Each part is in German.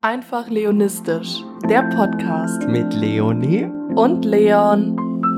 Einfach Leonistisch, der Podcast mit Leonie und Leon.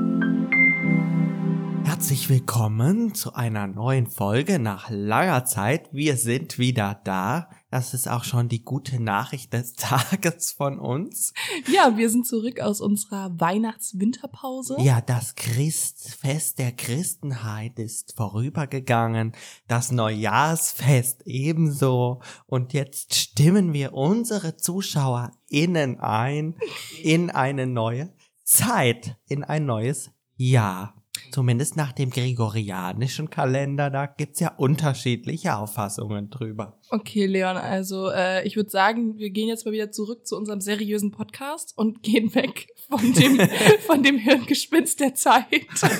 Herzlich willkommen zu einer neuen Folge nach langer Zeit. Wir sind wieder da. Das ist auch schon die gute Nachricht des Tages von uns. Ja, wir sind zurück aus unserer Weihnachts-Winterpause. Ja, das Christfest der Christenheit ist vorübergegangen. Das Neujahrsfest ebenso. Und jetzt stimmen wir unsere ZuschauerInnen ein in eine neue Zeit, in ein neues Jahr. Zumindest nach dem gregorianischen Kalender, da gibt's ja unterschiedliche Auffassungen drüber. Okay, Leon, also ich würde sagen, wir gehen jetzt mal wieder zurück zu unserem seriösen Podcast und gehen weg von dem Hirngespinst der Zeit.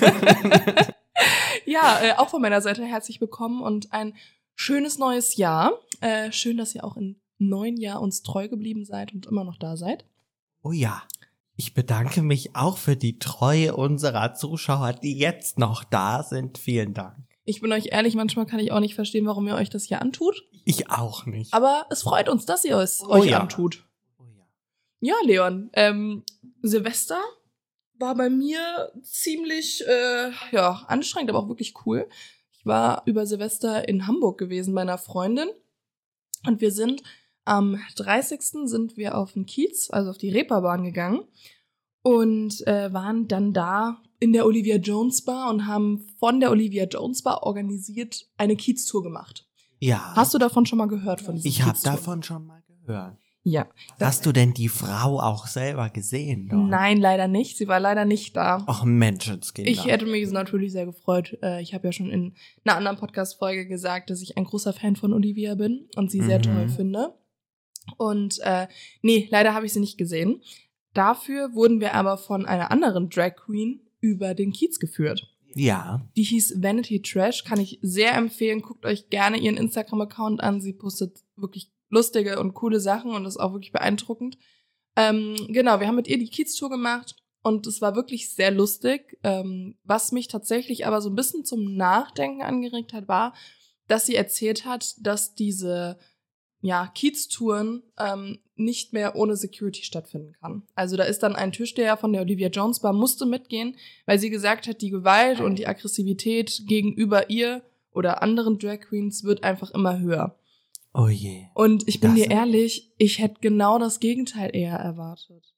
Ja, auch von meiner Seite herzlich willkommen und ein schönes neues Jahr. Schön, dass ihr auch im neuen Jahr uns treu geblieben seid und immer noch da seid. Oh ja. Ich bedanke mich auch für die Treue unserer Zuschauer, die jetzt noch da sind. Vielen Dank. Ich bin euch ehrlich, manchmal kann ich auch nicht verstehen, warum ihr euch das hier antut. Ich auch nicht. Aber es freut uns, dass ihr es euch antut. Oh ja. Ja, Leon, Silvester war bei mir ziemlich anstrengend, aber auch wirklich cool. Ich war über Silvester in Hamburg gewesen bei einer Freundin und wir sind am 30. sind wir auf den Kiez, also auf die Reeperbahn gegangen und waren dann da in der Olivia Jones Bar und haben von der Olivia Jones Bar organisiert eine Kiez-Tour gemacht. Ja. Hast du davon schon mal gehört? Ich habe davon schon mal gehört. Ja. Hast du denn die Frau auch selber gesehen dort? Nein, leider nicht. Sie war leider nicht da. Ach Menschenskinder. Ich hätte mich natürlich sehr gefreut. Ich habe ja schon in einer anderen Podcast-Folge gesagt, dass ich ein großer Fan von Olivia bin und sie sehr toll finde. Und leider habe ich sie nicht gesehen. Dafür wurden wir aber von einer anderen Drag Queen über den Kiez geführt. Ja. Die hieß Vanity Trash, kann ich sehr empfehlen. Guckt euch gerne ihren Instagram-Account an. Sie postet wirklich lustige und coole Sachen und ist auch wirklich beeindruckend. Genau, wir haben mit ihr die Kiez-Tour gemacht und es war wirklich sehr lustig. Was mich tatsächlich aber so ein bisschen zum Nachdenken angeregt hat, war, dass sie erzählt hat, dass diese Kiez-Touren nicht mehr ohne Security stattfinden kann. Also da ist dann ein Türsteher von der Olivia Jones Bar, musste mitgehen, weil sie gesagt hat, die Gewalt und die Aggressivität gegenüber ihr oder anderen Drag Queens wird einfach immer höher. Oh je. Und ich bin dir ehrlich, ich hätte genau das Gegenteil eher erwartet.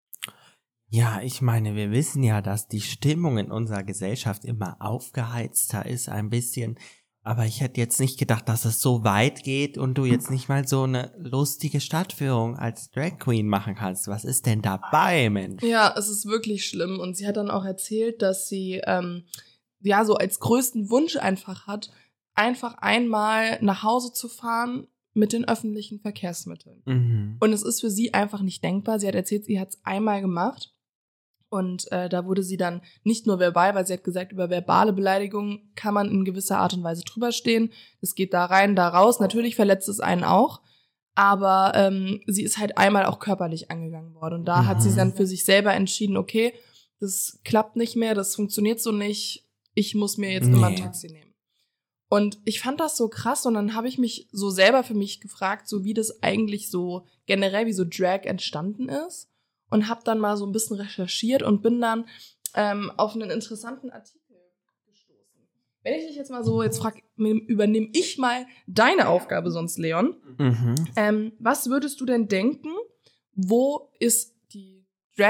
Ja, ich meine, wir wissen ja, dass die Stimmung in unserer Gesellschaft immer aufgeheizter ist, ein bisschen. Aber ich hätte jetzt nicht gedacht, dass es so weit geht und du jetzt nicht mal so eine lustige Stadtführung als Drag Queen machen kannst. Was ist denn dabei, Mensch? Ja, es ist wirklich schlimm. Und sie hat dann auch erzählt, dass sie so als größten Wunsch einfach hat, einfach einmal nach Hause zu fahren mit den öffentlichen Verkehrsmitteln. Mhm. Und es ist für sie einfach nicht denkbar. Sie hat erzählt, sie hat es einmal gemacht. Und da wurde sie dann nicht nur verbal, weil sie hat gesagt, über verbale Beleidigungen kann man in gewisser Art und Weise drüber stehen. Es geht da rein, da raus. Natürlich verletzt es einen auch. Aber sie ist halt einmal auch körperlich angegangen worden. Und da hat sie dann für sich selber entschieden, okay, das klappt nicht mehr, das funktioniert so nicht. Ich muss mir jetzt immer ein Taxi nehmen. Und ich fand das so krass und dann habe ich mich so selber für mich gefragt, so wie das eigentlich so generell, wie so Drag entstanden ist. Und habe dann mal so ein bisschen recherchiert und bin dann auf einen interessanten Artikel gestoßen. Wenn ich dich jetzt mal so jetzt frage, übernehme ich mal deine Aufgabe sonst, Leon. Was würdest du denn denken, wo ist die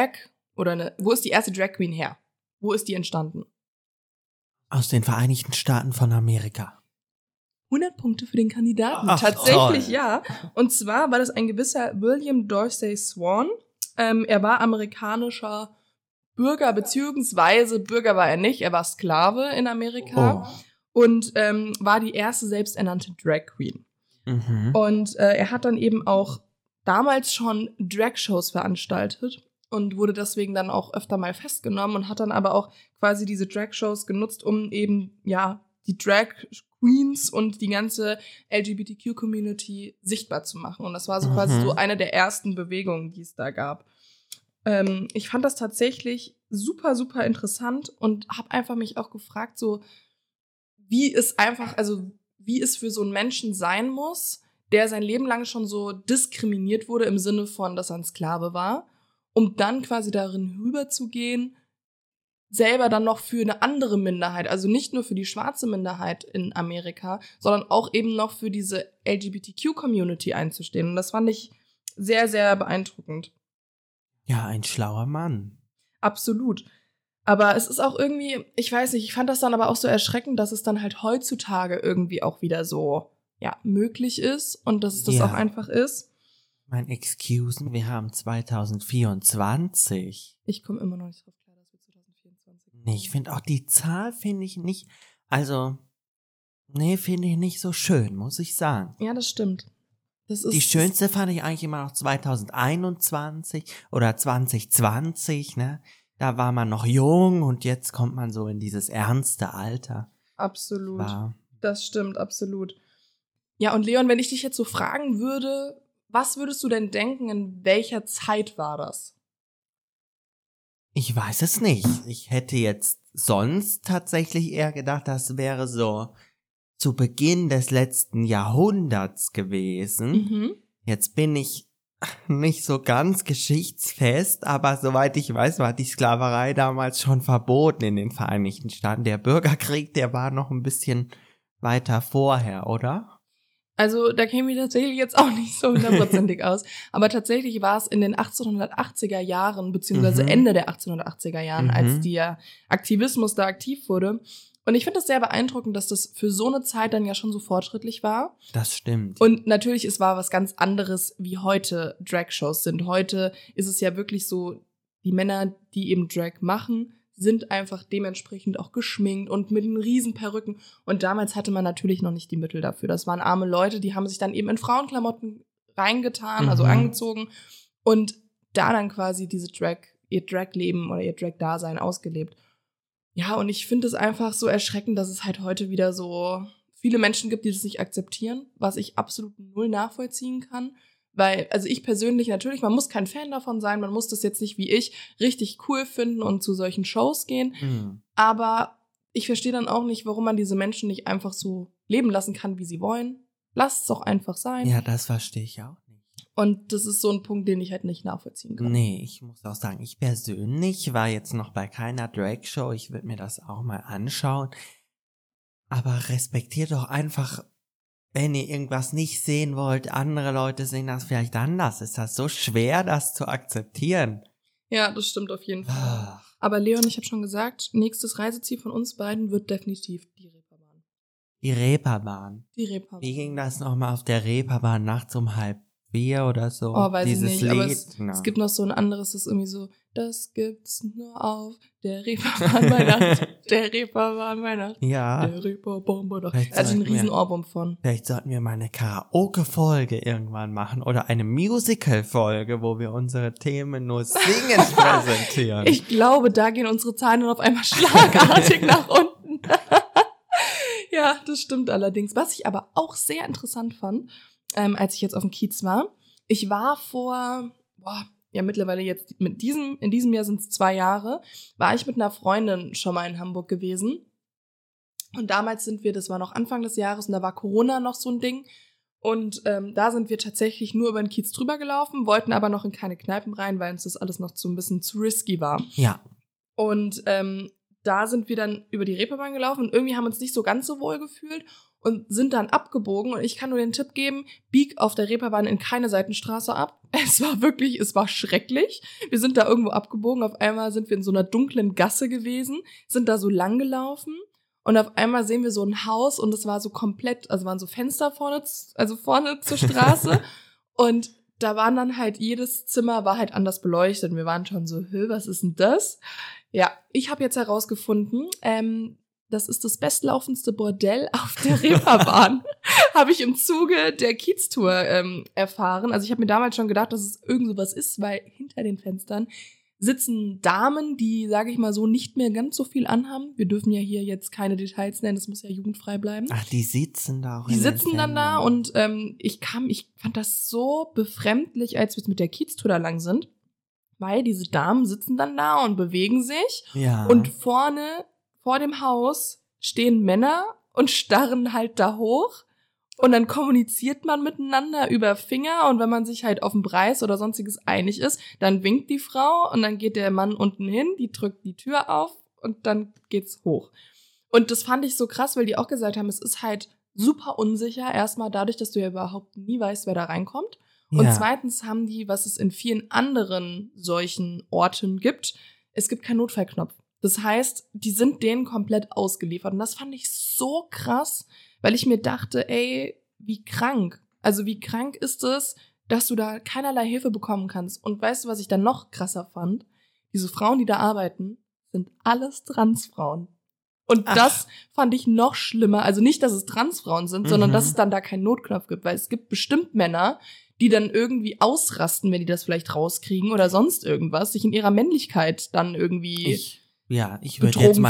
wo ist die erste Drag Queen her? Wo ist die entstanden? Aus den Vereinigten Staaten von Amerika. 100 Punkte für den Kandidaten. Ach, tatsächlich, toll. Ja. Und zwar war das ein gewisser William Dorsey Swan. Er war amerikanischer Bürger, beziehungsweise Bürger war er nicht, er war Sklave in Amerika und war die erste selbsternannte Drag Queen. Und er hat dann eben auch damals schon Drag-Shows veranstaltet und wurde deswegen dann auch öfter mal festgenommen und hat dann aber auch quasi diese Drag-Shows genutzt, um eben, die Drag Queens und die ganze LGBTQ-Community sichtbar zu machen. Und das war so quasi so eine der ersten Bewegungen, die es da gab. Ich fand das tatsächlich super, super interessant und habe einfach mich auch gefragt, so wie es für so einen Menschen sein muss, der sein Leben lang schon so diskriminiert wurde im Sinne von, dass er ein Sklave war, um dann quasi darin rüberzugehen, selber dann noch für eine andere Minderheit, also nicht nur für die schwarze Minderheit in Amerika, sondern auch eben noch für diese LGBTQ-Community einzustehen. Und das fand ich sehr, sehr beeindruckend. Ja, ein schlauer Mann. Absolut. Aber es ist auch irgendwie, ich weiß nicht, ich fand das dann aber auch so erschreckend, dass es dann halt heutzutage irgendwie auch wieder so, ja, möglich ist und dass es das auch einfach ist. Mein Excuse me, wir haben 2024. Ich komme immer noch nicht drauf klar, dass wir 2024 Nee, ich finde auch die Zahl finde ich nicht, also, nee, finde ich nicht so schön, muss ich sagen. Ja, das stimmt. Das ist die schönste fand ich eigentlich immer noch 2021 oder 2020, ne? Da war man noch jung und jetzt kommt man so in dieses ernste Alter. Absolut. Das stimmt, absolut. Ja, und Leon, wenn ich dich jetzt so fragen würde, was würdest du denn denken, in welcher Zeit war das? Ich weiß es nicht. Ich hätte jetzt sonst tatsächlich eher gedacht, das wäre so zu Beginn des letzten Jahrhunderts gewesen. Mhm. Jetzt bin ich nicht so ganz geschichtsfest, aber soweit ich weiß, war die Sklaverei damals schon verboten in den Vereinigten Staaten. Der Bürgerkrieg, der war noch ein bisschen weiter vorher, oder? Also da käme ich tatsächlich jetzt auch nicht so 100%ig aus. Aber tatsächlich war es in den 1880er Jahren, beziehungsweise Ende der 1880er Jahren, als der Aktivismus da aktiv wurde. Und ich finde das sehr beeindruckend, dass das für so eine Zeit dann ja schon so fortschrittlich war. Das stimmt. Und natürlich, es war was ganz anderes, wie heute Drag-Shows sind. Heute ist es ja wirklich so, die Männer, die eben Drag machen, sind einfach dementsprechend auch geschminkt und mit riesen Perücken. Und damals hatte man natürlich noch nicht die Mittel dafür. Das waren arme Leute, die haben sich dann eben in Frauenklamotten reingetan, also angezogen und da dann quasi ihr Drag-Leben oder ihr Drag-Dasein ausgelebt. Ja, und ich finde es einfach so erschreckend, dass es halt heute wieder so viele Menschen gibt, die das nicht akzeptieren, was ich absolut null nachvollziehen kann. Weil, also ich persönlich natürlich, man muss kein Fan davon sein, man muss das jetzt nicht wie ich richtig cool finden und zu solchen Shows gehen. Aber ich verstehe dann auch nicht, warum man diese Menschen nicht einfach so leben lassen kann, wie sie wollen. Lasst es doch einfach sein. Ja, das verstehe ich auch nicht. Und das ist so ein Punkt, den ich halt nicht nachvollziehen kann. Nee, ich muss auch sagen, ich persönlich war jetzt noch bei keiner Drag-Show. Ich würde mir das auch mal anschauen. Aber respektiert doch einfach, wenn ihr irgendwas nicht sehen wollt, andere Leute sehen das vielleicht anders. Ist das so schwer, das zu akzeptieren? Ja, das stimmt auf jeden Fall. Aber Leon, ich habe schon gesagt, nächstes Reiseziel von uns beiden wird definitiv die Reeperbahn. Die Reeperbahn? Die Reeperbahn. Wie ging das nochmal auf der Reeperbahn nachts um 3:30 oder so? Oh, weiß dieses ich nicht, Lied? aber es gibt noch so ein anderes, das ist irgendwie so, das gibt's nur auf der Reeperbahn bei Nacht, der Reeperbahn bei Nacht, ja. Der Reeperbahn bei Nacht. Also ein riesen Ohrwurm von. Vielleicht sollten wir mal eine Karaoke-Folge irgendwann machen oder eine Musical-Folge, wo wir unsere Themen nur singend präsentieren. Ich glaube, da gehen unsere Zahlen dann auf einmal schlagartig nach unten. Ja, das stimmt allerdings. Was ich aber auch sehr interessant fand, als ich jetzt auf dem Kiez war. Ich war mittlerweile jetzt in diesem Jahr sind es 2 Jahre, war ich mit einer Freundin schon mal in Hamburg gewesen. Und damals das war noch Anfang des Jahres und da war Corona noch so ein Ding. Und da sind wir tatsächlich nur über den Kiez drüber gelaufen, wollten aber noch in keine Kneipen rein, weil uns das alles noch so ein bisschen zu risky war. Ja. Und da sind wir dann über die Reeperbahn gelaufen und irgendwie haben uns nicht so ganz so wohl gefühlt und sind dann abgebogen. Und ich kann nur den Tipp geben, bieg auf der Reeperbahn in keine Seitenstraße ab. Es war schrecklich. Wir sind da irgendwo abgebogen. Auf einmal sind wir in so einer dunklen Gasse gewesen, sind da so lang gelaufen. Und auf einmal sehen wir so ein Haus und es war so komplett, also waren so Fenster vorne zur Straße. Und da waren dann halt, jedes Zimmer war halt anders beleuchtet. Und wir waren schon so, was ist denn das? Ja, ich habe jetzt herausgefunden, das ist das bestlaufendste Bordell auf der Reeperbahn. Habe ich im Zuge der Kiez-Tour erfahren. Also ich habe mir damals schon gedacht, dass es irgend sowas ist, weil hinter den Fenstern sitzen Damen, die, sage ich mal so, nicht mehr ganz so viel anhaben. Wir dürfen ja hier jetzt keine Details nennen, das muss ja jugendfrei bleiben. Ach, die sitzen da auch. Die sitzen dann da und ich fand das so befremdlich, als wir mit der Kiez-Tour da lang sind, weil diese Damen sitzen dann da und bewegen sich. Ja. Und vorne vor dem Haus stehen Männer und starren halt da hoch Und dann kommuniziert man miteinander über Finger und wenn man sich halt auf den Preis oder sonstiges einig ist, dann winkt die Frau und dann geht der Mann unten hin, die drückt die Tür auf und dann geht's hoch. Und das fand ich so krass, weil die auch gesagt haben, es ist halt super unsicher, erstmal dadurch, dass du ja überhaupt nie weißt, wer da reinkommt. Und zweitens haben die, was es in vielen anderen solchen Orten gibt, es gibt keinen Notfallknopf. Das heißt, die sind denen komplett ausgeliefert. Und das fand ich so krass, weil ich mir dachte, ey, wie krank. Also wie krank ist es, dass du da keinerlei Hilfe bekommen kannst. Und weißt du, was ich dann noch krasser fand? Diese Frauen, die da arbeiten, sind alles Transfrauen. Und das fand ich noch schlimmer. Also nicht, dass es Transfrauen sind, sondern dass es dann da keinen Notknopf gibt. Weil es gibt bestimmt Männer, die dann irgendwie ausrasten, wenn die das vielleicht rauskriegen oder sonst irgendwas, sich in ihrer Männlichkeit dann irgendwie ich würde jetzt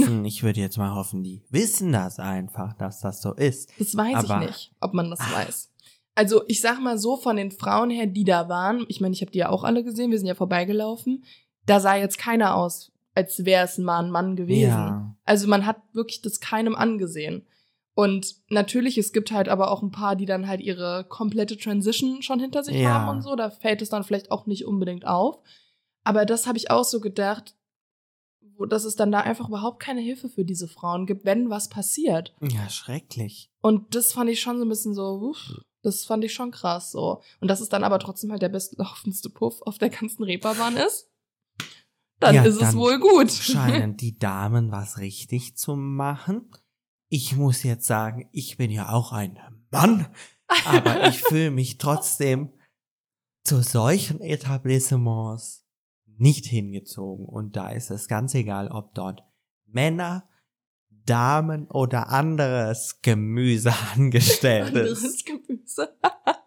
mal hoffen, die wissen das einfach, dass das so ist. Das weiß ich nicht, ob man das weiß. Also ich sag mal so, von den Frauen her, die da waren, ich meine, ich habe die ja auch alle gesehen, wir sind ja vorbeigelaufen, da sah jetzt keiner aus, als wäre es mal ein Mann gewesen. Ja. Also man hat wirklich das keinem angesehen. Und natürlich, es gibt halt aber auch ein paar, die dann halt ihre komplette Transition schon hinter sich haben und so. Da fällt es dann vielleicht auch nicht unbedingt auf. Aber das habe ich auch so gedacht, dass es dann da einfach überhaupt keine Hilfe für diese Frauen gibt, wenn was passiert. Ja, schrecklich. Und das fand ich schon so ein bisschen so, das fand ich schon krass so. Und dass es dann aber trotzdem halt der bestlaufendste Puff auf der ganzen Reeperbahn ist, dann ist es wohl gut. Scheinen die Damen was richtig zu machen. Ich muss jetzt sagen, ich bin ja auch ein Mann, aber ich fühle mich trotzdem zu solchen Etablissements nicht hingezogen. Und da ist es ganz egal, ob dort Männer, Damen oder anderes Gemüse angestellt ist. Anderes Gemüse.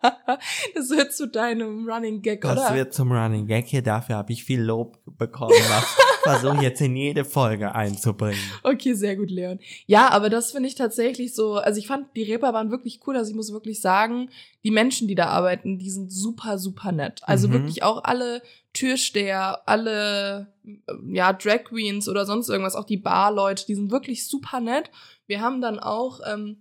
Das wird zu deinem Running Gag, oder? Das wird zum Running Gag hier. Dafür habe ich viel Lob bekommen. Versuche jetzt in jede Folge einzubringen. Okay, sehr gut, Leon. Ja, aber das finde ich tatsächlich so, also ich fand, die Reeperbahn wirklich cool. Also ich muss wirklich sagen, die Menschen, die da arbeiten, die sind super, super nett. Also wirklich auch alle Türsteher, alle Drag Queens oder sonst irgendwas, auch die Barleute, die sind wirklich super nett. Wir haben dann auch,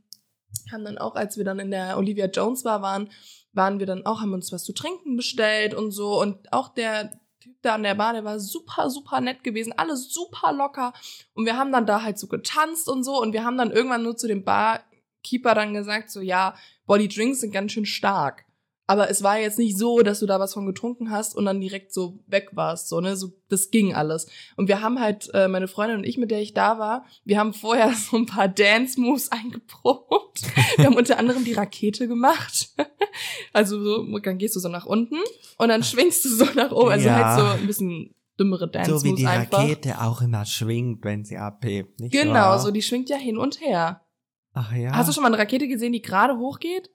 als wir dann in der Olivia Jones waren wir dann auch, haben uns was zu trinken bestellt und so. Und auch der Typ da an der Bar, der war super, super nett gewesen, alle super locker. Und wir haben dann da halt so getanzt und so. Und wir haben dann irgendwann nur zu dem Barkeeper dann gesagt, so ja, die Drinks sind ganz schön stark. Aber es war jetzt nicht so, dass du da was von getrunken hast und dann direkt so weg warst, so, ne, so, das ging alles. Und wir haben halt, meine Freundin und ich, mit der ich da war, wir haben vorher so ein paar Dance-Moves eingeprobt. Wir haben unter anderem die Rakete gemacht. Also so, dann gehst du so nach unten und dann schwingst du so nach oben, also halt so ein bisschen dümmere Dance-Moves einfach. So wie die einfach. Rakete auch immer schwingt, wenn sie abhebt, nicht genau, wahr? so, die schwingt ja hin und her. Ach ja? Hast du schon mal eine Rakete gesehen, die gerade hochgeht?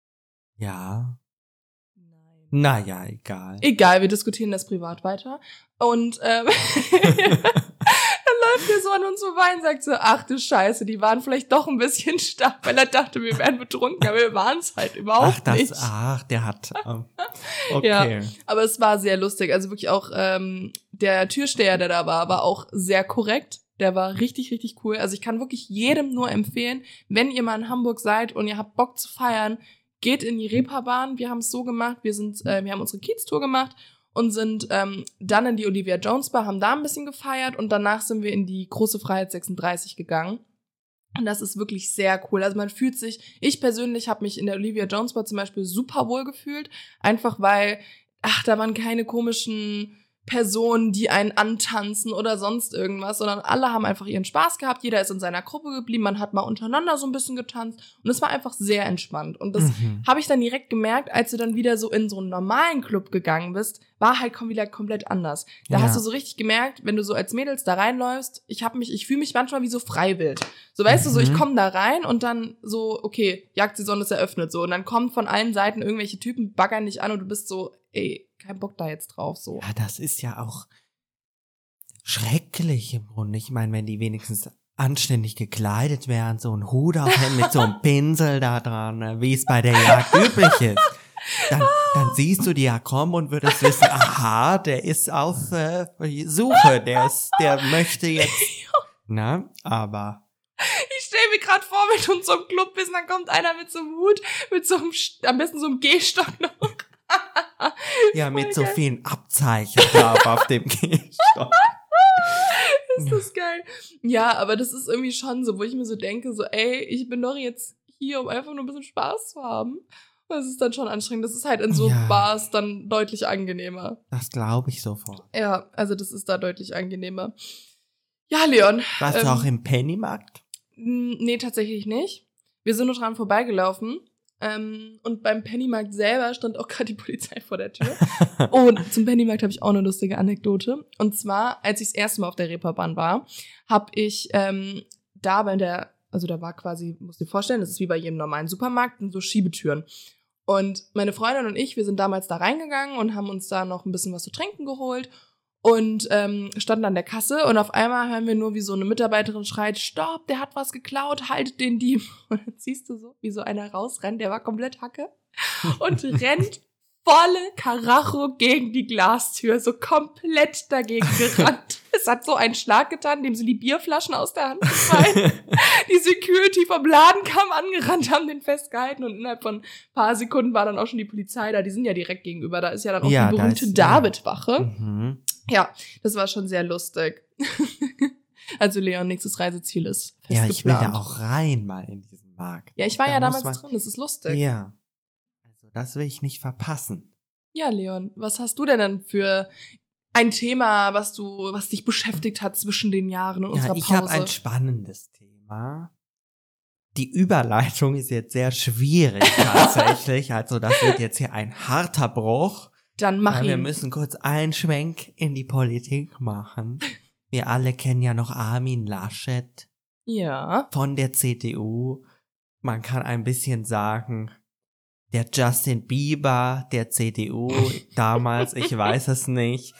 Ja. Naja, egal. Egal, wir diskutieren das privat weiter. Und dann läuft er so an uns vorbei und sagt so, ach du Scheiße, die waren vielleicht doch ein bisschen stark, weil er dachte, wir wären betrunken, aber wir waren es halt überhaupt nicht. Der hat, okay. Ja, aber es war sehr lustig. Also wirklich auch der Türsteher, der da war auch sehr korrekt. Der war richtig, richtig cool. Also ich kann wirklich jedem nur empfehlen, wenn ihr mal in Hamburg seid und ihr habt Bock zu feiern, geht in die Reeperbahn. Wir haben es so gemacht, wir haben unsere Kiez-Tour gemacht und sind dann in die Olivia Jones Bar, haben da ein bisschen gefeiert und danach sind wir in die Große Freiheit 36 gegangen. Und das ist wirklich sehr cool. Also man fühlt sich, ich persönlich habe mich in der Olivia Jones Bar zum Beispiel super wohl gefühlt, einfach weil, da waren keine komischen Personen, die einen antanzen oder sonst irgendwas, sondern alle haben einfach ihren Spaß gehabt, jeder ist in seiner Gruppe geblieben, man hat mal untereinander so ein bisschen getanzt und es war einfach sehr entspannt und das habe ich dann direkt gemerkt, als du dann wieder so in so einen normalen Club gegangen bist, war halt wieder komplett anders. Da hast du so richtig gemerkt, wenn du so als Mädels da reinläufst, ich fühle mich manchmal wie so freiwild. So, weißt du, so ich komme da rein und dann so, okay, Jagdsaison ist eröffnet, so und dann kommen von allen Seiten irgendwelche Typen, baggern dich an und du bist so, ey, kein Bock da jetzt drauf, so. Ja, das ist ja auch schrecklich im Grunde. Ich meine, wenn die wenigstens anständig gekleidet wären, so ein Hut aufhängen mit so einem Pinsel da dran, wie es bei der Jagd üblich ist. Dann siehst du die ja kommen und würdest wissen, aha, der ist auf Suche, der möchte jetzt, aber... Ich stelle stell mir gerade vor, wenn du in so einem Club bist, dann kommt einer mit so einem Hut, mit so einem, am besten so einem Gehstock noch. Ja, mit so vielen Abzeichen drauf auf dem Gehstock. Ist das geil. Ja, aber das ist irgendwie schon so, wo ich mir so denke, so, ey, ich bin doch jetzt hier, um einfach nur ein bisschen Spaß zu haben. Das ist dann schon anstrengend. Das ist halt in so Bars dann deutlich angenehmer. Das glaube ich sofort. Ja, also das ist da deutlich angenehmer. Ja, Leon. Warst du auch im Pennymarkt? Nee, tatsächlich nicht. Wir sind nur dran vorbeigelaufen. Und beim Pennymarkt selber stand auch gerade die Polizei vor der Tür. Und zum Pennymarkt habe ich auch eine lustige Anekdote. Und zwar, als ich das erste Mal auf der Reeperbahn war, habe ich da bei der, also da war quasi, musst du dir vorstellen, das ist wie bei jedem normalen Supermarkt, so Schiebetüren. Und meine Freundin und ich, wir sind damals da reingegangen und haben uns da noch ein bisschen was zu trinken geholt und standen an der Kasse und auf einmal hören wir nur, wie so eine Mitarbeiterin schreit, stopp, der hat was geklaut, haltet den Dieb. Und dann siehst du so, wie so einer rausrennt, der war komplett Hacke und rennt volle Karacho gegen die Glastür, so komplett dagegen gerannt. Es hat so einen Schlag getan, dem sie die Bierflaschen aus der Hand gefallen. Die Security vom Laden kam angerannt, haben den festgehalten und innerhalb von ein paar Sekunden war dann auch schon die Polizei da. Die sind ja direkt gegenüber, da ist ja dann auch die berühmte David-Wache. Mhm. Ja, das war schon sehr lustig. Also Leon, nächstes Reiseziel ist fest geplant. Ich will da auch rein mal in diesen Markt. Ja, ich war ja damals drin, das ist lustig. Ja. Das will ich nicht verpassen. Ja, Leon, was hast du denn dann für ein Thema, was dich beschäftigt hat zwischen den Jahren und unserer Pause? Ich habe ein spannendes Thema. Die Überleitung ist jetzt sehr schwierig tatsächlich. Also das wird jetzt hier ein harter Bruch. Dann mach ihn. Wir müssen kurz einen Schwenk in die Politik machen. Wir alle kennen ja noch Armin Laschet. Ja. Von der CDU. Man kann ein bisschen sagen, der Justin Bieber der CDU damals, ich weiß es nicht,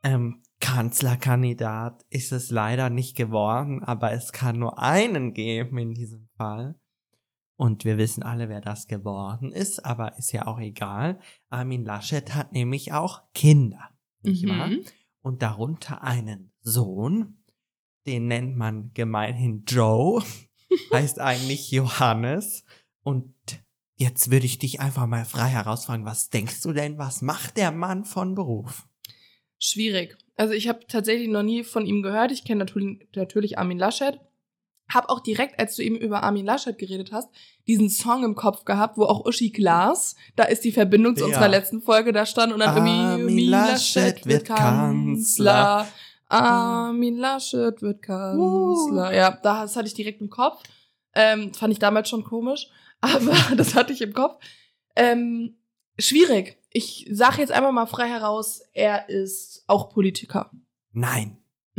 Kanzlerkandidat ist es leider nicht geworden, aber es kann nur einen geben in diesem Fall. Und wir wissen alle, wer das geworden ist, aber ist ja auch egal. Armin Laschet hat nämlich auch Kinder, nicht wahr? Und darunter einen Sohn, den nennt man gemeinhin Joe, heißt eigentlich Johannes. Und jetzt würde ich dich einfach mal frei herausfragen, was denkst du denn, was macht der Mann von Beruf? Schwierig. Also ich habe tatsächlich noch nie von ihm gehört. Ich kenne natürlich Armin Laschet. Hab auch direkt, als du eben über Armin Laschet geredet hast, diesen Song im Kopf gehabt, wo auch Uschi Glas, da ist die Verbindung zu unserer letzten Folge, da stand und dann irgendwie Armin Laschet wird Kanzler. Armin Laschet wird Kanzler. Ja, das hatte ich direkt im Kopf. Fand ich damals schon komisch. Aber das hatte ich im Kopf. Schwierig. Ich sage jetzt einfach mal frei heraus, er ist auch Politiker. Nein.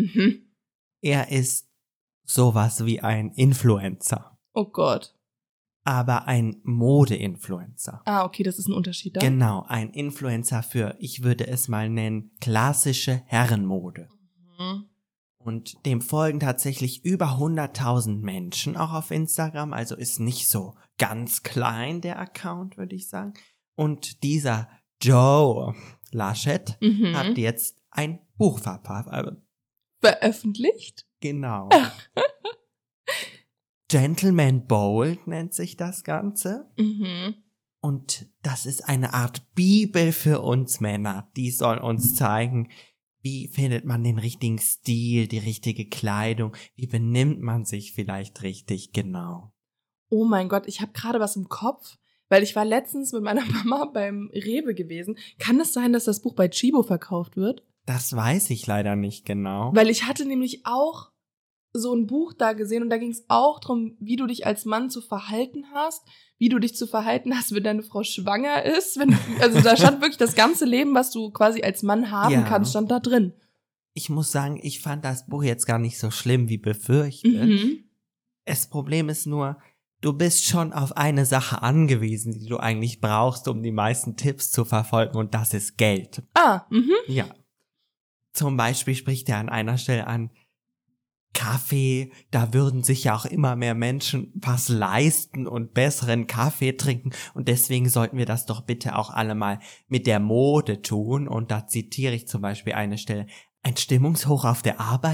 Er ist sowas wie ein Influencer. Oh Gott. Aber ein Mode-Influencer. Ah, okay, das ist ein Unterschied da. Genau, ein Influencer für, ich würde es mal nennen, klassische Herrenmode. Und dem folgen tatsächlich über 100.000 Menschen auch auf Instagram, also ist nicht so ganz klein, der Account, würde ich sagen. Und dieser Joe Laschet hat jetzt ein Buch veröffentlicht? Genau. Gentleman Bold nennt sich das Ganze. Und das ist eine Art Bibel für uns Männer. Die soll uns zeigen, wie findet man den richtigen Stil, die richtige Kleidung, wie benimmt man sich vielleicht richtig, genau. Oh mein Gott, ich habe gerade was im Kopf, weil ich war letztens mit meiner Mama beim Rewe gewesen. Kann es sein, dass das Buch bei Chibo verkauft wird? Das weiß ich leider nicht genau. Weil ich hatte nämlich auch so ein Buch da gesehen und da ging es auch darum, wie du dich als Mann zu verhalten hast, wie du dich zu verhalten hast, wenn deine Frau schwanger ist. Also da stand wirklich das ganze Leben, was du quasi als Mann haben kannst, stand da drin. Ich muss sagen, ich fand das Buch jetzt gar nicht so schlimm wie befürchtet. Das Problem ist nur, du bist schon auf eine Sache angewiesen, die du eigentlich brauchst, um die meisten Tipps zu verfolgen, und das ist Geld. Ja. Zum Beispiel spricht er an einer Stelle an Kaffee, da würden sich ja auch immer mehr Menschen was leisten und besseren Kaffee trinken, und deswegen sollten wir das doch bitte auch alle mal mit der Mode tun. Und da zitiere ich zum Beispiel eine Stelle: Ein Stimmungshoch auf der Arbeit?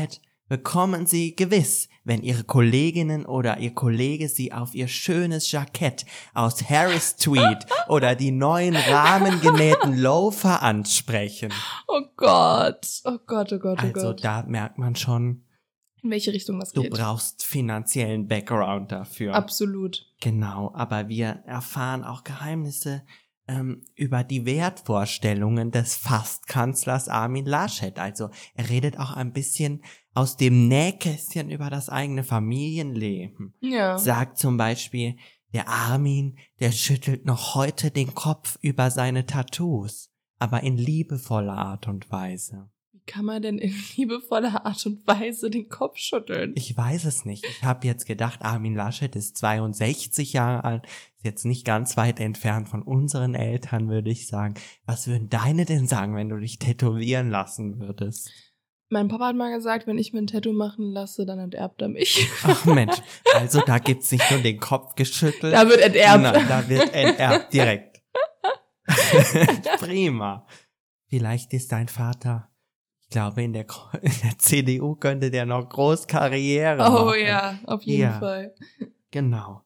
bekommen Sie gewiss, wenn Ihre Kolleginnen oder Ihr Kollege Sie auf Ihr schönes Jackett aus Harris Tweed oder die neuen rahmengenähten Loafer ansprechen. Oh Gott. Oh Gott, oh Gott, oh Also Gott. da merkt man schon, In welche Richtung das du geht. brauchst finanziellen Background dafür. Absolut. Genau, aber wir erfahren auch Geheimnisse über die Wertvorstellungen des Fastkanzlers Armin Laschet. Also er redet auch ein bisschen aus dem Nähkästchen über das eigene Familienleben. Ja. Sagt zum Beispiel, der Armin, der schüttelt noch heute den Kopf über seine Tattoos, aber in liebevoller Art und Weise. Wie kann man denn in liebevoller Art und Weise den Kopf schütteln? Ich weiß es nicht. Ich habe jetzt gedacht, Armin Laschet ist 62 Jahre alt, ist jetzt nicht ganz weit entfernt von unseren Eltern, würde ich sagen. Was würden deine denn sagen, wenn du dich tätowieren lassen würdest? Mein Papa hat mal gesagt, wenn ich mir ein Tattoo machen lasse, dann enterbt er mich. Ach Mensch, also da gibt's nicht nur den Kopf geschüttelt. Da wird enterbt. Nein, da wird enterbt, direkt. Prima. Vielleicht ist dein Vater, ich glaube, in der CDU könnte der noch groß Karriere machen. Oh ja, auf jeden Ja. Fall. Genau.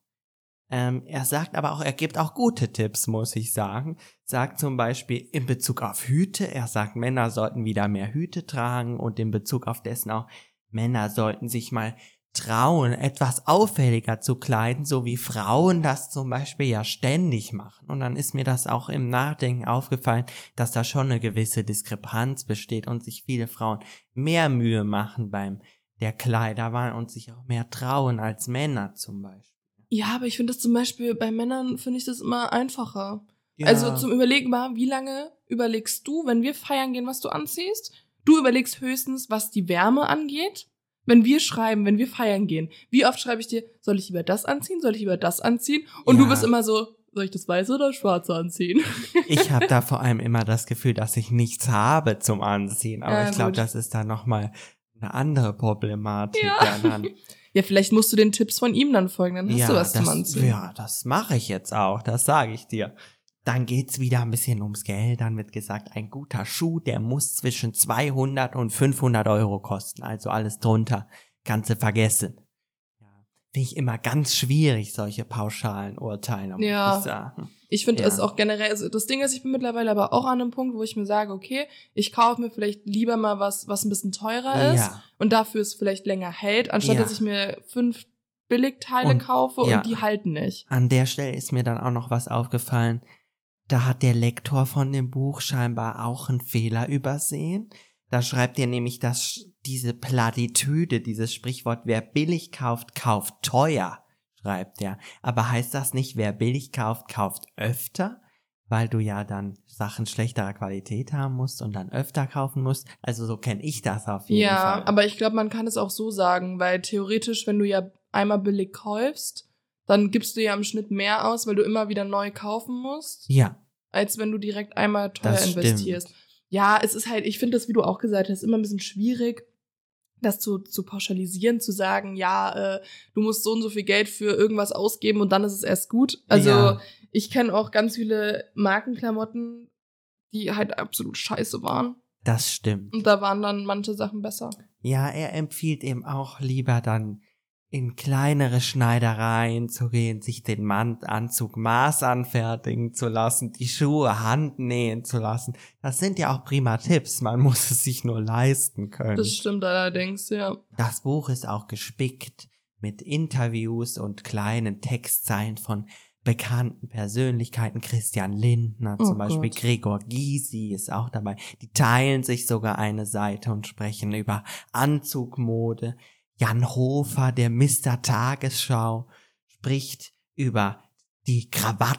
Er sagt aber auch, er gibt auch gute Tipps, muss ich sagen. Sagt zum Beispiel in Bezug auf Hüte, er sagt, Männer sollten wieder mehr Hüte tragen und in Bezug auf dessen auch, Männer sollten sich mal trauen, etwas auffälliger zu kleiden, so wie Frauen das zum Beispiel ja ständig machen. Und dann ist mir das auch im Nachdenken aufgefallen, dass da schon eine gewisse Diskrepanz besteht und sich viele Frauen mehr Mühe machen beim der Kleiderwahl und sich auch mehr trauen als Männer zum Beispiel. Ja, aber ich finde das zum Beispiel, bei Männern finde ich das immer einfacher. Ja. Also zum Überlegen mal, wie lange überlegst du, wenn wir feiern gehen, was du anziehst? Du überlegst höchstens, was die Wärme angeht. Wenn wir schreiben, wenn wir feiern gehen, wie oft schreibe ich dir, soll ich lieber das anziehen, soll ich lieber das anziehen? Und Ja. du bist immer so, soll ich das Weiße oder Schwarze anziehen? Ich habe da vor allem immer das Gefühl, dass ich nichts habe zum Anziehen. Aber Ja, ich glaube, gut. das ist dann nochmal eine andere Problematik. Ja. Dann. Ja, vielleicht musst du den Tipps von ihm dann folgen, dann hast du was zum Anziehen. Ja, das mache ich jetzt auch, das sage ich dir. Dann geht's wieder ein bisschen ums Geld. Dann wird gesagt, ein guter Schuh, der muss zwischen 200 und 500 Euro kosten. Also alles drunter. Kannst du vergessen. Ja. Finde ich immer ganz schwierig, solche pauschalen Urteile, muss Ja. ich sagen. Ich finde Ja. es auch generell, also das Ding ist, ich bin mittlerweile aber auch an einem Punkt, wo ich mir sage, okay, ich kaufe mir vielleicht lieber mal was ein bisschen teurer ist Ja. und dafür es vielleicht länger hält, anstatt Ja. dass ich mir 5 Billigteile Und- kaufe ja. und die halten nicht. An der Stelle ist mir dann auch noch was aufgefallen. Da hat der Lektor von dem Buch scheinbar auch einen Fehler übersehen. Da schreibt er nämlich, dass diese Plattitüde, dieses Sprichwort, wer billig kauft, kauft teuer, schreibt er. Aber heißt das nicht, wer billig kauft, kauft öfter? Weil du ja dann Sachen schlechterer Qualität haben musst und dann öfter kaufen musst. Also so kenne ich das auf jeden Ja, Fall. aber ich glaube, man kann es auch so sagen, weil theoretisch, wenn du ja einmal billig kaufst, dann gibst du ja im Schnitt mehr aus, weil du immer wieder neu kaufen musst, Ja, als wenn du direkt einmal teuer das investierst. stimmt. Ja, es ist halt, ich finde das, wie du auch gesagt hast, immer ein bisschen schwierig, das zu pauschalisieren, zu sagen, ja, du musst so und so viel Geld für irgendwas ausgeben und dann ist es erst gut. Also Ja. ich kenne auch ganz viele Markenklamotten, die halt absolut scheiße waren. Das stimmt. Und da waren dann manche Sachen besser. Ja, er empfiehlt eben auch lieber dann in kleinere Schneidereien zu gehen, sich den Anzug Maß anfertigen zu lassen, die Schuhe handnähen zu lassen. Das sind ja auch prima Tipps, man muss es sich nur leisten können. Das stimmt allerdings, ja. Das Buch ist auch gespickt mit Interviews und kleinen Textzeilen von bekannten Persönlichkeiten. Christian Lindner Oh zum Beispiel, Gott. Gregor Gysi ist auch dabei. Die teilen sich sogar eine Seite und sprechen über Anzugmode. Jan Hofer, der Mr. Tagesschau, spricht über die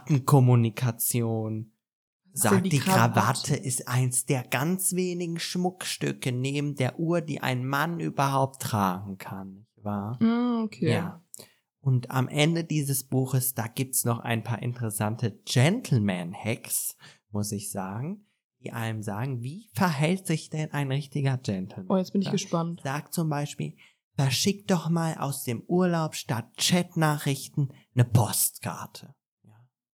Krawattenkommunikation. Was ist denn Sagt, die die Krawatte Krawatte? ist eins der ganz wenigen Schmuckstücke neben der Uhr, die ein Mann überhaupt tragen kann, nicht wahr? Okay. Ja. Und am Ende dieses Buches, da gibt's noch ein paar interessante Gentleman-Hacks, muss ich sagen, die einem sagen, wie verhält sich denn ein richtiger Gentleman? Oh, jetzt bin ich Ja. gespannt. Sagt zum Beispiel, verschick doch mal aus dem Urlaub statt Chatnachrichten eine Postkarte. Ja.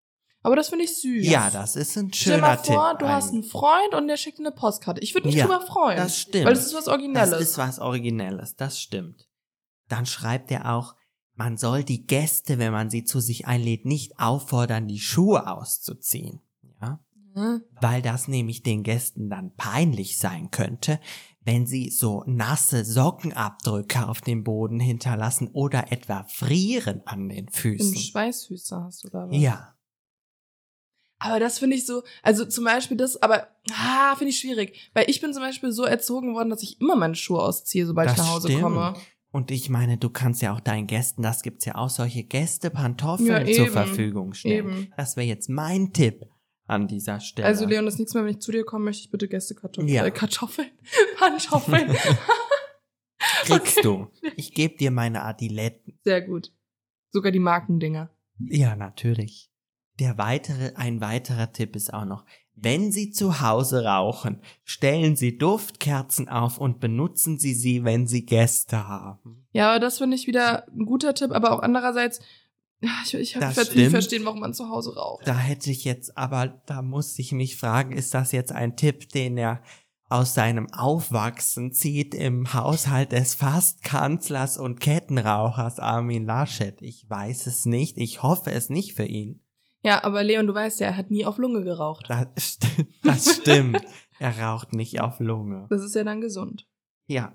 Aber das finde ich süß. Ja, das ist ein Stell dir mal schöner Tipp. vor, du hast einen Freund und der schickt dir eine Postkarte. Ich würde mich drüber freuen. Das stimmt. Weil das ist was Originelles. Das ist was Originelles, das stimmt. Dann schreibt er auch, man soll die Gäste, wenn man sie zu sich einlädt, nicht auffordern, die Schuhe auszuziehen. Ja? Weil das nämlich den Gästen dann peinlich sein könnte, wenn sie so nasse Sockenabdrücke auf dem Boden hinterlassen oder etwa frieren an den Füßen. Schweißfüße hast du da was? Ja. Aber das finde ich so, also zum Beispiel das, aber finde ich schwierig. Weil ich bin zum Beispiel so erzogen worden, dass ich immer meine Schuhe ausziehe, sobald ich nach Hause komme. Und ich meine, du kannst ja auch deinen Gästen, das gibt's ja auch, solche Gästepantoffeln zur Verfügung stellen. Eben. Das wäre jetzt mein Tipp an dieser Stelle. Also Leon, das nächste Mal, wenn ich zu dir komme, möchte ich bitte Gästekartoffeln. Ja. Kartoffeln. Pantoffeln. Kriegst du. Ich gebe dir meine Adiletten. Sehr gut. Sogar die Markendinger. Ja, natürlich. Ein weiterer Tipp ist auch noch, wenn Sie zu Hause rauchen, stellen Sie Duftkerzen auf und benutzen Sie sie, wenn Sie Gäste haben. Ja, aber das finde ich wieder ein guter Tipp, aber auch andererseits, ich werde nicht verstehen, warum man zu Hause raucht. Da muss ich mich fragen, ist das jetzt ein Tipp, den er aus seinem Aufwachsen zieht im Haushalt des Fastkanzlers und Kettenrauchers Armin Laschet? Ich weiß es nicht, ich hoffe es nicht für ihn. Ja, aber Leon, du weißt ja, er hat nie auf Lunge geraucht. Das stimmt. Er raucht nicht auf Lunge. Das ist ja dann gesund. Ja.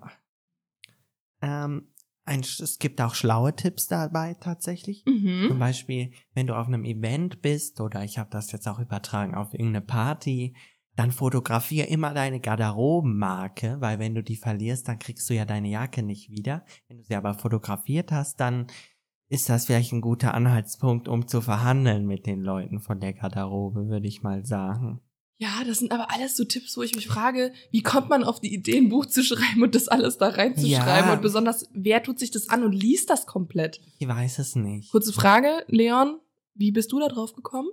Es gibt auch schlaue Tipps dabei tatsächlich. Zum Beispiel, wenn du auf einem Event bist oder ich habe das jetzt auch übertragen auf irgendeine Party, dann fotografiere immer deine Garderobenmarke, weil wenn du die verlierst, dann kriegst du ja deine Jacke nicht wieder. Wenn du sie aber fotografiert hast, dann ist das vielleicht ein guter Anhaltspunkt, um zu verhandeln mit den Leuten von der Garderobe, würde ich mal sagen. Ja, das sind aber alles so Tipps, wo ich mich frage, wie kommt man auf die Idee, ein Buch zu schreiben und das alles da reinzuschreiben? Ja. Und besonders, wer tut sich das an und liest das komplett? Ich weiß es nicht. Kurze Frage, Leon, wie bist du da drauf gekommen?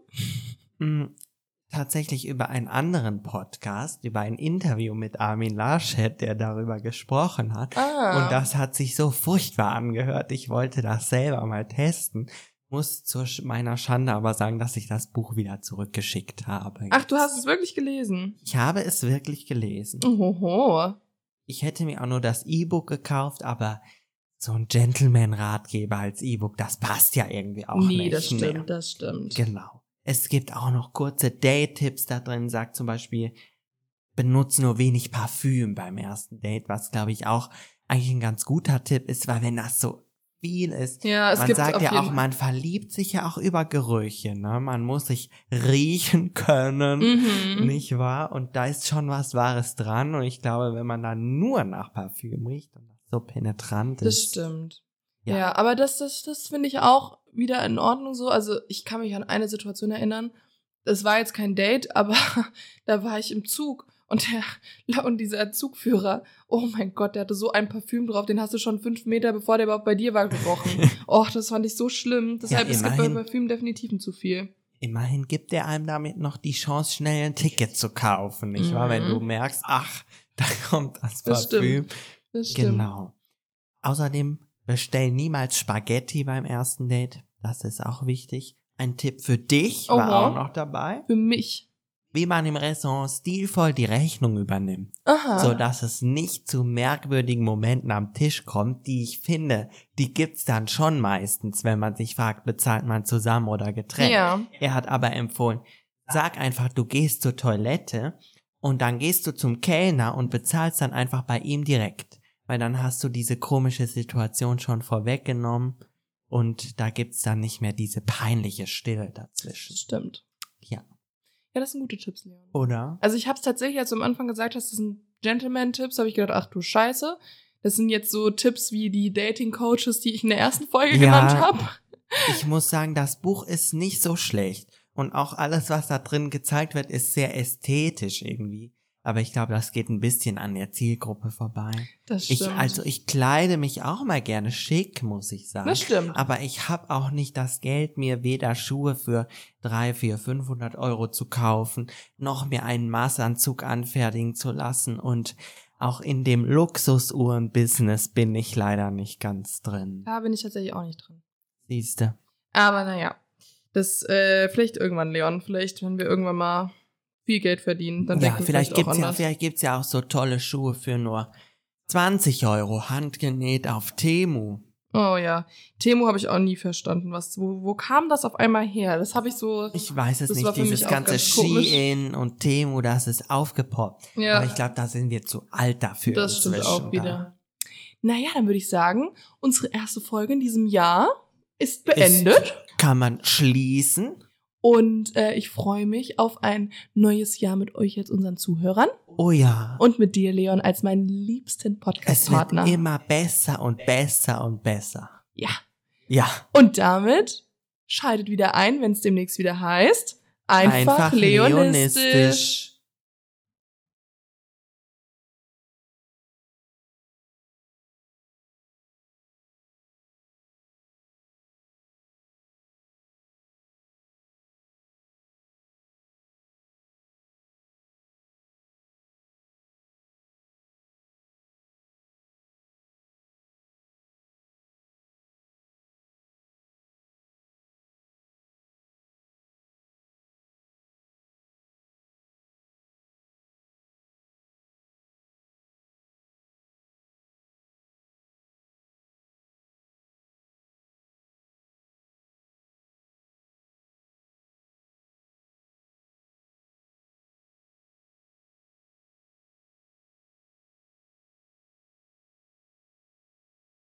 Tatsächlich über einen anderen Podcast, über ein Interview mit Armin Laschet, der darüber gesprochen hat. Und das hat sich so furchtbar angehört. Ich wollte das selber mal testen. Muss zu meiner Schande aber sagen, dass ich das Buch wieder zurückgeschickt habe. Ach, du hast es wirklich gelesen? Ich habe es wirklich gelesen. Ohoho. Ich hätte mir auch nur das E-Book gekauft, aber so ein Gentleman-Ratgeber als E-Book, das passt ja irgendwie auch nicht Nee, das stimmt, mehr. das stimmt. Genau. Es gibt auch noch kurze Date-Tipps da drin, sagt zum Beispiel, benutze nur wenig Parfüm beim ersten Date, was glaube ich auch eigentlich ein ganz guter Tipp ist, weil wenn das so viel ist, Ja, man sagt ja auch, man verliebt sich ja auch über Gerüche, ne? Man muss sich riechen können, nicht wahr? Und da ist schon was Wahres dran und ich glaube, wenn man dann nur nach Parfüm riecht und das so penetrant ist. Das stimmt. Ja, aber das finde ich auch wieder in Ordnung so. Also ich kann mich an eine Situation erinnern. Es war jetzt kein Date, aber da war ich im Zug und dieser Zugführer, oh mein Gott, der hatte so ein Parfüm drauf, den hast du schon 5 Meter, bevor der überhaupt bei dir war, gerochen. Och, das fand ich so schlimm. Deshalb ist bei Parfüm definitiv ein zu viel. Immerhin gibt er einem damit noch die Chance, schnell ein Ticket zu kaufen, nicht wahr? Wenn du merkst, ach, da kommt das Parfüm. Das stimmt. Genau. Außerdem bestell niemals Spaghetti beim ersten Date. Das ist auch wichtig. Ein Tipp für dich war auch noch dabei. Für mich. Wie man im Restaurant stilvoll die Rechnung übernimmt. Aha. So dass es nicht zu merkwürdigen Momenten am Tisch kommt, die ich finde, die gibt's dann schon meistens, wenn man sich fragt, bezahlt man zusammen oder getrennt. Ja. Er hat aber empfohlen, sag einfach, du gehst zur Toilette und dann gehst du zum Kellner und bezahlst dann einfach bei ihm direkt. Weil dann hast du diese komische Situation schon vorweggenommen und da gibt's dann nicht mehr diese peinliche Stille dazwischen. Stimmt. Ja. Ja, das sind gute Tipps, Leon. Oder? Also ich habe es tatsächlich, als du am Anfang gesagt hast, das sind Gentleman-Tipps, habe ich gedacht, ach du Scheiße. Das sind jetzt so Tipps wie die Dating-Coaches, die ich in der ersten Folge genannt habe. Ich muss sagen, das Buch ist nicht so schlecht. Und auch alles, was da drin gezeigt wird, ist sehr ästhetisch irgendwie. Aber ich glaube, das geht ein bisschen an der Zielgruppe vorbei. Das stimmt. Ich kleide mich auch mal gerne schick, muss ich sagen. Das stimmt. Aber ich habe auch nicht das Geld, mir weder Schuhe für 300, 400, 500 Euro zu kaufen, noch mir einen Maßanzug anfertigen zu lassen. Und auch in dem Luxusuhren-Business bin ich leider nicht ganz drin. Da bin ich tatsächlich auch nicht drin. Siehste. Aber naja. Bis vielleicht irgendwann, Leon. Vielleicht, wenn wir irgendwann mal viel Geld verdienen, dann denken wir vielleicht auch anders. vielleicht gibt's ja auch so tolle Schuhe für nur 20 €, handgenäht auf Temu. Oh ja. Temu habe ich auch nie verstanden. Wo kam das auf einmal her? Das habe ich so. Ich weiß es das nicht, war für mich dieses auch ganze ganz komisch. Shein und Temu, das ist aufgepoppt. Ja. Aber ich glaube, da sind wir zu alt dafür. Das stimmt inzwischen. auch wieder. Naja, dann würde ich sagen, unsere erste Folge in diesem Jahr ist beendet. Kann man schließen. Und ich freue mich auf ein neues Jahr mit euch als unseren Zuhörern. Oh ja. Und mit dir, Leon, als meinen liebsten Es wird Podcast-Partner. immer besser und besser und besser. Ja. Ja. Und damit schaltet wieder ein, wenn es demnächst wieder heißt, einfach leonistisch.